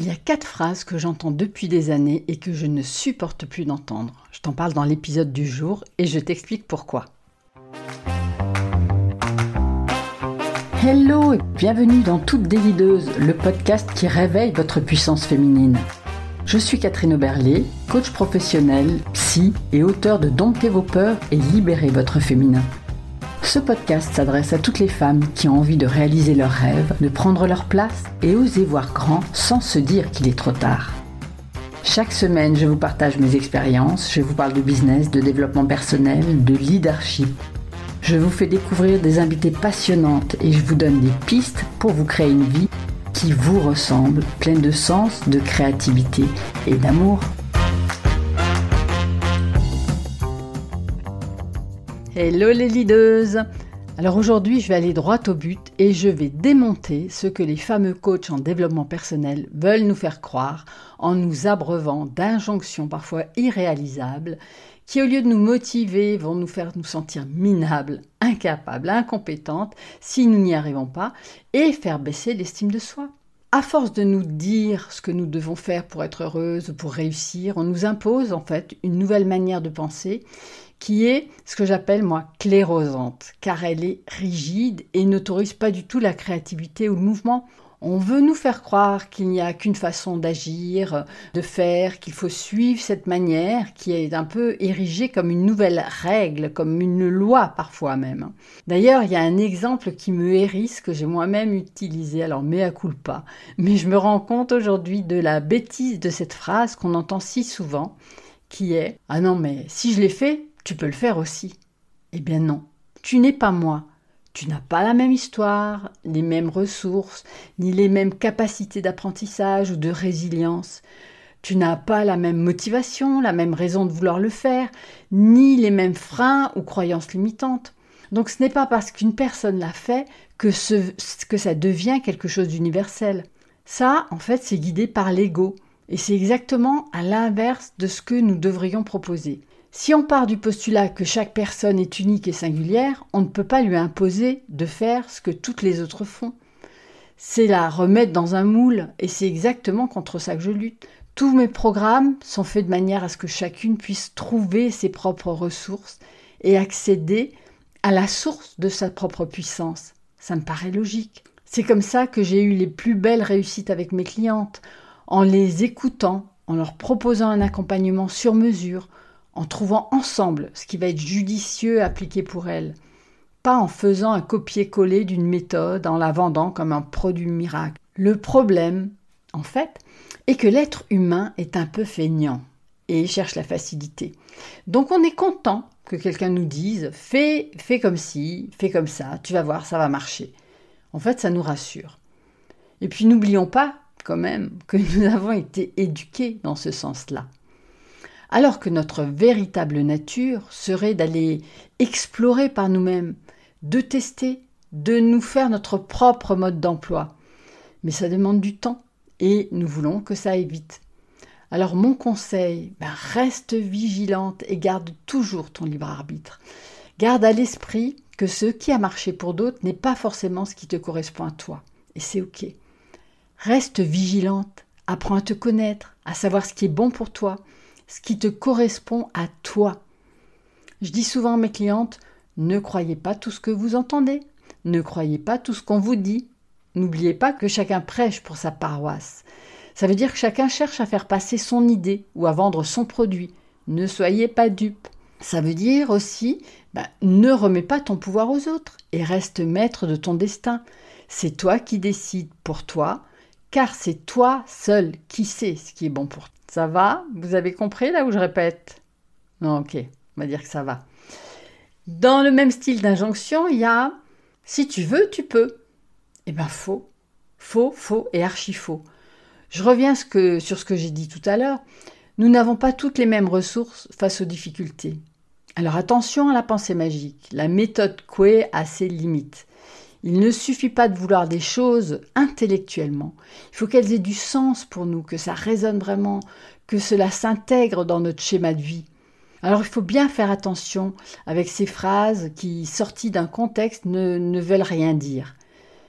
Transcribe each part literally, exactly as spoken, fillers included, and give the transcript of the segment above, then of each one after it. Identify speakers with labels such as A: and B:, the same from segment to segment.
A: y a quatre phrases que j'entends depuis des années et que je ne supporte plus d'entendre. Je t'en parle dans l'épisode du jour et je t'explique pourquoi. Hello et bienvenue dans Toute Délideuse, le podcast qui réveille votre puissance féminine. Je suis Catherine Oberlé, coach professionnel, psy et auteur de Domptez vos peurs et libérez votre féminin. Ce podcast s'adresse à toutes les femmes qui ont envie de réaliser leurs rêves, de prendre leur place et oser voir grand sans se dire qu'il est trop tard. Chaque semaine, je vous partage mes expériences, je vous parle de business, de développement personnel, de leadership. Je vous fais découvrir des invités passionnantes et je vous donne des pistes pour vous créer une vie qui vous ressemble, pleine de sens, de créativité et d'amour. Hello les leaders! Alors aujourd'hui, je vais aller droit au but et je vais démonter ce que les fameux coachs en développement personnel veulent nous faire croire en nous abreuvant d'injonctions parfois irréalisables qui, au lieu de nous motiver, vont nous faire nous sentir minables, incapables, incompétentes si nous n'y arrivons pas et faire baisser l'estime de soi. À force de nous dire ce que nous devons faire pour être heureuses ou pour réussir, on nous impose en fait une nouvelle manière de penser qui est ce que j'appelle moi clérosante, car elle est rigide et n'autorise pas du tout la créativité ou le mouvement. On veut nous faire croire qu'il n'y a qu'une façon d'agir, de faire, qu'il faut suivre cette manière qui est un peu érigée comme une nouvelle règle, comme une loi parfois même. D'ailleurs, il y a un exemple qui me hérisse, que j'ai moi-même utilisé, alors mea culpa, mais je me rends compte aujourd'hui de la bêtise de cette phrase qu'on entend si souvent, qui est « Ah non, mais si je l'ai fait, tu peux le faire aussi. » Eh bien non, tu n'es pas moi. Tu n'as pas la même histoire, les mêmes ressources, ni les mêmes capacités d'apprentissage ou de résilience. Tu n'as pas la même motivation, la même raison de vouloir le faire, ni les mêmes freins ou croyances limitantes. Donc ce n'est pas parce qu'une personne l'a fait que, ce, que ça devient quelque chose d'universel. Ça, en fait, c'est guidé par l'ego. Et c'est exactement à l'inverse de ce que nous devrions proposer. Si on part du postulat que chaque personne est unique et singulière, on ne peut pas lui imposer de faire ce que toutes les autres font. C'est la remettre dans un moule, et c'est exactement contre ça que je lutte. Tous mes programmes sont faits de manière à ce que chacune puisse trouver ses propres ressources et accéder à la source de sa propre puissance. Ça me paraît logique. C'est comme ça que j'ai eu les plus belles réussites avec mes clientes, en les écoutant, en leur proposant un accompagnement sur mesure, en trouvant ensemble ce qui va être judicieux à appliquer pour elles, pas en faisant un copier-coller d'une méthode, en la vendant comme un produit miracle. Le problème, en fait, est que l'être humain est un peu feignant et cherche la facilité. Donc on est content que quelqu'un nous dise « fais, fais comme ci, fais comme ça, tu vas voir, ça va marcher ». En fait, ça nous rassure. Et puis n'oublions pas, quand même, que nous avons été éduqués dans ce sens-là. Alors que notre véritable nature serait d'aller explorer par nous-mêmes, de tester, de nous faire notre propre mode d'emploi. Mais ça demande du temps et nous voulons que ça aille vite. Alors mon conseil, ben reste vigilante et garde toujours ton libre arbitre. Garde à l'esprit que ce qui a marché pour d'autres n'est pas forcément ce qui te correspond à toi. Et c'est ok. Reste vigilante, apprends à te connaître, à savoir ce qui est bon pour toi, ce qui te correspond à toi. Je dis souvent à mes clientes, ne croyez pas tout ce que vous entendez, ne croyez pas tout ce qu'on vous dit. N'oubliez pas que chacun prêche pour sa paroisse. Ça veut dire que chacun cherche à faire passer son idée ou à vendre son produit. Ne soyez pas dupes. Ça veut dire aussi, bah, ne remets pas ton pouvoir aux autres et reste maître de ton destin. C'est toi qui décides pour toi, car c'est toi seul qui sais ce qui est bon pour toi. Ça va? Vous avez compris là où je répète? Non, ok, on va dire que ça va. Dans le même style d'injonction, il y a « si tu veux, tu peux ». Eh bien, faux. Faux, faux et archi faux. Je reviens ce que, sur ce que j'ai dit tout à l'heure. Nous n'avons pas toutes les mêmes ressources face aux difficultés. Alors attention à la pensée magique. La méthode Coué a ses limites. Il ne suffit pas de vouloir des choses intellectuellement. Il faut qu'elles aient du sens pour nous, que ça résonne vraiment, que cela s'intègre dans notre schéma de vie. Alors il faut bien faire attention avec ces phrases qui, sorties d'un contexte, ne, ne veulent rien dire.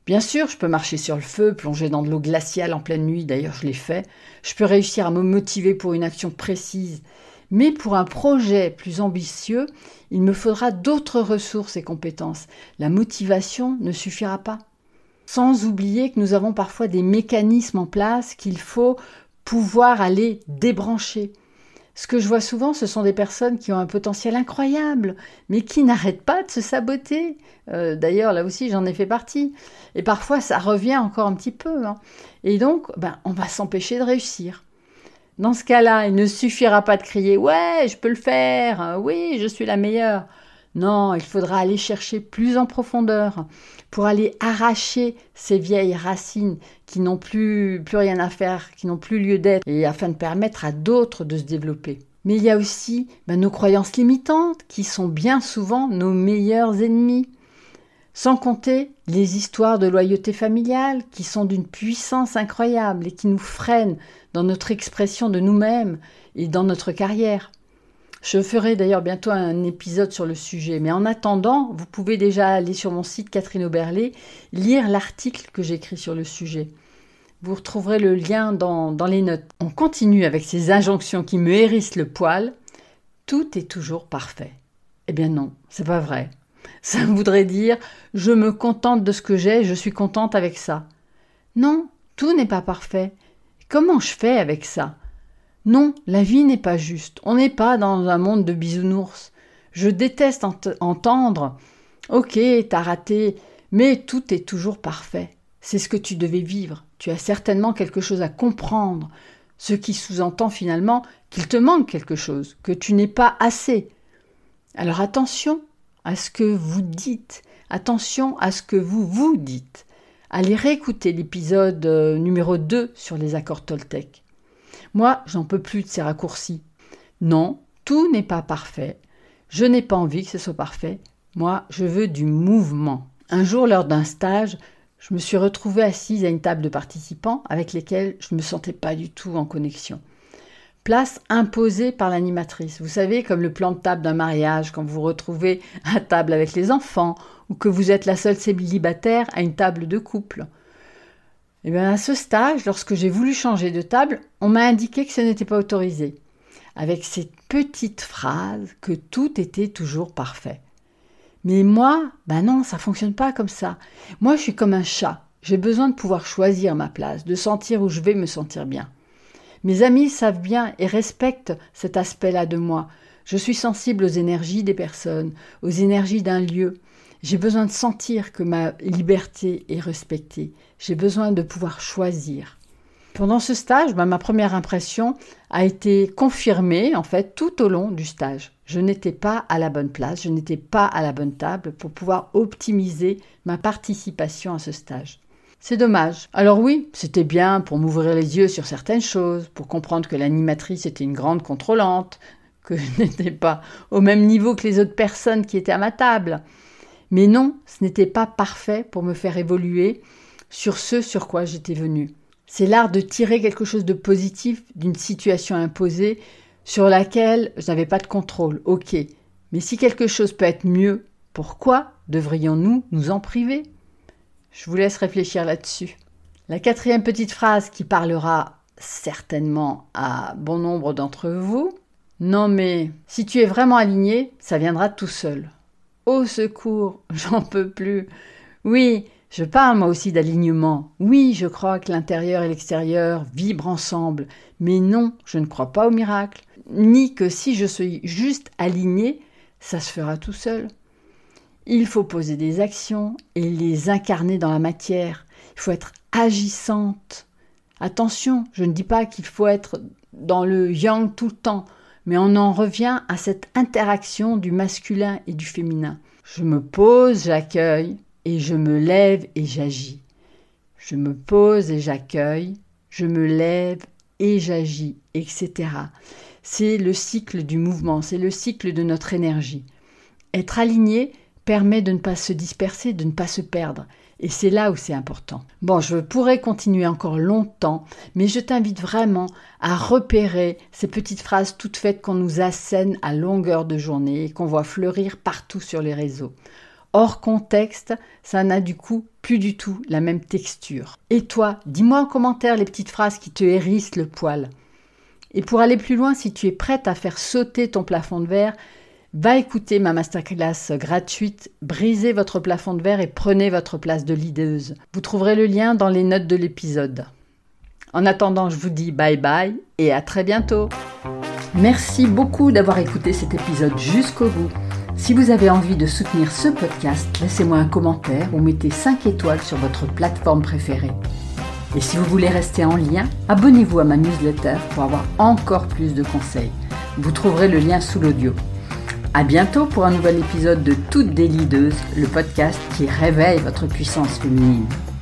A: Bien sûr, je peux marcher sur le feu, plonger dans de l'eau glaciale en pleine nuit, d'ailleurs je l'ai fait. Je peux réussir à me motiver pour une action précise. Mais pour un projet plus ambitieux, il me faudra d'autres ressources et compétences. La motivation ne suffira pas. Sans oublier que nous avons parfois des mécanismes en place qu'il faut pouvoir aller débrancher. Ce que je vois souvent, ce sont des personnes qui ont un potentiel incroyable, mais qui n'arrêtent pas de se saboter. Euh, d'ailleurs, là aussi, j'en ai fait partie. Et parfois, ça revient encore un petit peu. Hein. Et donc, ben, on va s'empêcher de réussir. Dans ce cas-là, il ne suffira pas de crier « Ouais, je peux le faire, oui, je suis la meilleure ». Non, il faudra aller chercher plus en profondeur pour aller arracher ces vieilles racines qui n'ont plus, plus rien à faire, qui n'ont plus lieu d'être, et afin de permettre à d'autres de se développer. Mais il y a aussi ben, nos croyances limitantes qui sont bien souvent nos meilleurs ennemis. Sans compter les histoires de loyauté familiale qui sont d'une puissance incroyable et qui nous freinent dans notre expression de nous-mêmes et dans notre carrière. Je ferai d'ailleurs bientôt un épisode sur le sujet, mais en attendant, vous pouvez déjà aller sur mon site Catherine Oberlé, lire l'article que j'écris sur le sujet. Vous retrouverez le lien dans, dans les notes. On continue avec ces injonctions qui me hérissent le poil. Tout est toujours parfait. Eh bien non, c'est pas vrai. Ça voudrait dire « je me contente de ce que j'ai, je suis contente avec ça ». Non, tout n'est pas parfait. Comment je fais avec ça ? Non, la vie n'est pas juste. On n'est pas dans un monde de bisounours. Je déteste ent- entendre « Ok, t'as raté, mais tout est toujours parfait. C'est ce que tu devais vivre. Tu as certainement quelque chose à comprendre. » Ce qui sous-entend finalement qu'il te manque quelque chose, que tu n'es pas assez. Alors attention à ce que vous dites. Attention à ce que vous vous dites. Allez réécouter l'épisode euh, numéro deux sur les accords Toltec. Moi, j'en peux plus de ces raccourcis. Non, tout n'est pas parfait. Je n'ai pas envie que ce soit parfait. Moi, je veux du mouvement. Un jour, lors d'un stage, je me suis retrouvée assise à une table de participants avec lesquels je ne me sentais pas du tout en connexion. Place imposée par l'animatrice. Vous savez, comme le plan de table d'un mariage, quand vous vous retrouvez à table avec les enfants ou que vous êtes la seule célibataire à une table de couple. Et bien à ce stage, lorsque j'ai voulu changer de table, on m'a indiqué que ce n'était pas autorisé. Avec cette petite phrase que tout était toujours parfait. Mais moi, ben non, ça fonctionne pas comme ça. Moi, je suis comme un chat. J'ai besoin de pouvoir choisir ma place, de sentir où je vais me sentir bien. Mes amis savent bien et respectent cet aspect-là de moi. Je suis sensible aux énergies des personnes, aux énergies d'un lieu. J'ai besoin de sentir que ma liberté est respectée. J'ai besoin de pouvoir choisir. Pendant ce stage, ben, ma première impression a été confirmée en fait tout au long du stage. Je n'étais pas à la bonne place, je n'étais pas à la bonne table pour pouvoir optimiser ma participation à ce stage. C'est dommage. Alors oui, c'était bien pour m'ouvrir les yeux sur certaines choses, pour comprendre que l'animatrice était une grande contrôlante, que je n'étais pas au même niveau que les autres personnes qui étaient à ma table. Mais non, ce n'était pas parfait pour me faire évoluer sur ce sur quoi j'étais venue. C'est l'art de tirer quelque chose de positif d'une situation imposée sur laquelle je n'avais pas de contrôle. Ok, mais si quelque chose peut être mieux, pourquoi devrions-nous nous en priver ? Je vous laisse réfléchir là-dessus. La quatrième petite phrase qui parlera certainement à bon nombre d'entre vous. Non mais, si tu es vraiment aligné, ça viendra tout seul. Au secours, j'en peux plus. Oui, je parle moi aussi d'alignement. Oui, je crois que l'intérieur et l'extérieur vibrent ensemble. Mais non, je ne crois pas au miracle. Ni que si je suis juste alignée, ça se fera tout seul. Il faut poser des actions et les incarner dans la matière. Il faut être agissante. Attention, je ne dis pas qu'il faut être dans le yang tout le temps, mais on en revient à cette interaction du masculin et du féminin. Je me pose, j'accueille, et je me lève et j'agis. Je me pose et j'accueille, je me lève et j'agis, et cetera. C'est le cycle du mouvement, c'est le cycle de notre énergie. Être aligné permet de ne pas se disperser, de ne pas se perdre. Et c'est là où c'est important. Bon, je pourrais continuer encore longtemps, mais je t'invite vraiment à repérer ces petites phrases toutes faites qu'on nous assène à longueur de journée et qu'on voit fleurir partout sur les réseaux. hors contexte, ça n'a du coup plus du tout la même texture. Et toi, dis-moi en commentaire les petites phrases qui te hérissent le poil. Et pour aller plus loin, si tu es prête à faire sauter ton plafond de verre, va écouter ma masterclass gratuite « Brisez votre plafond de verre et prenez votre place de leaduse ». Vous trouverez le lien dans les notes de l'épisode. En attendant, je vous dis bye bye et à très bientôt. Merci beaucoup d'avoir écouté cet épisode jusqu'au bout. Si vous avez envie de soutenir ce podcast, laissez-moi un commentaire ou mettez cinq étoiles sur votre plateforme préférée. Et si vous voulez rester en lien, abonnez-vous à ma newsletter pour avoir encore plus de conseils. Vous trouverez le lien sous l'audio. À bientôt pour un nouvel épisode de Toutes des Leadeuses, le podcast qui réveille votre puissance féminine.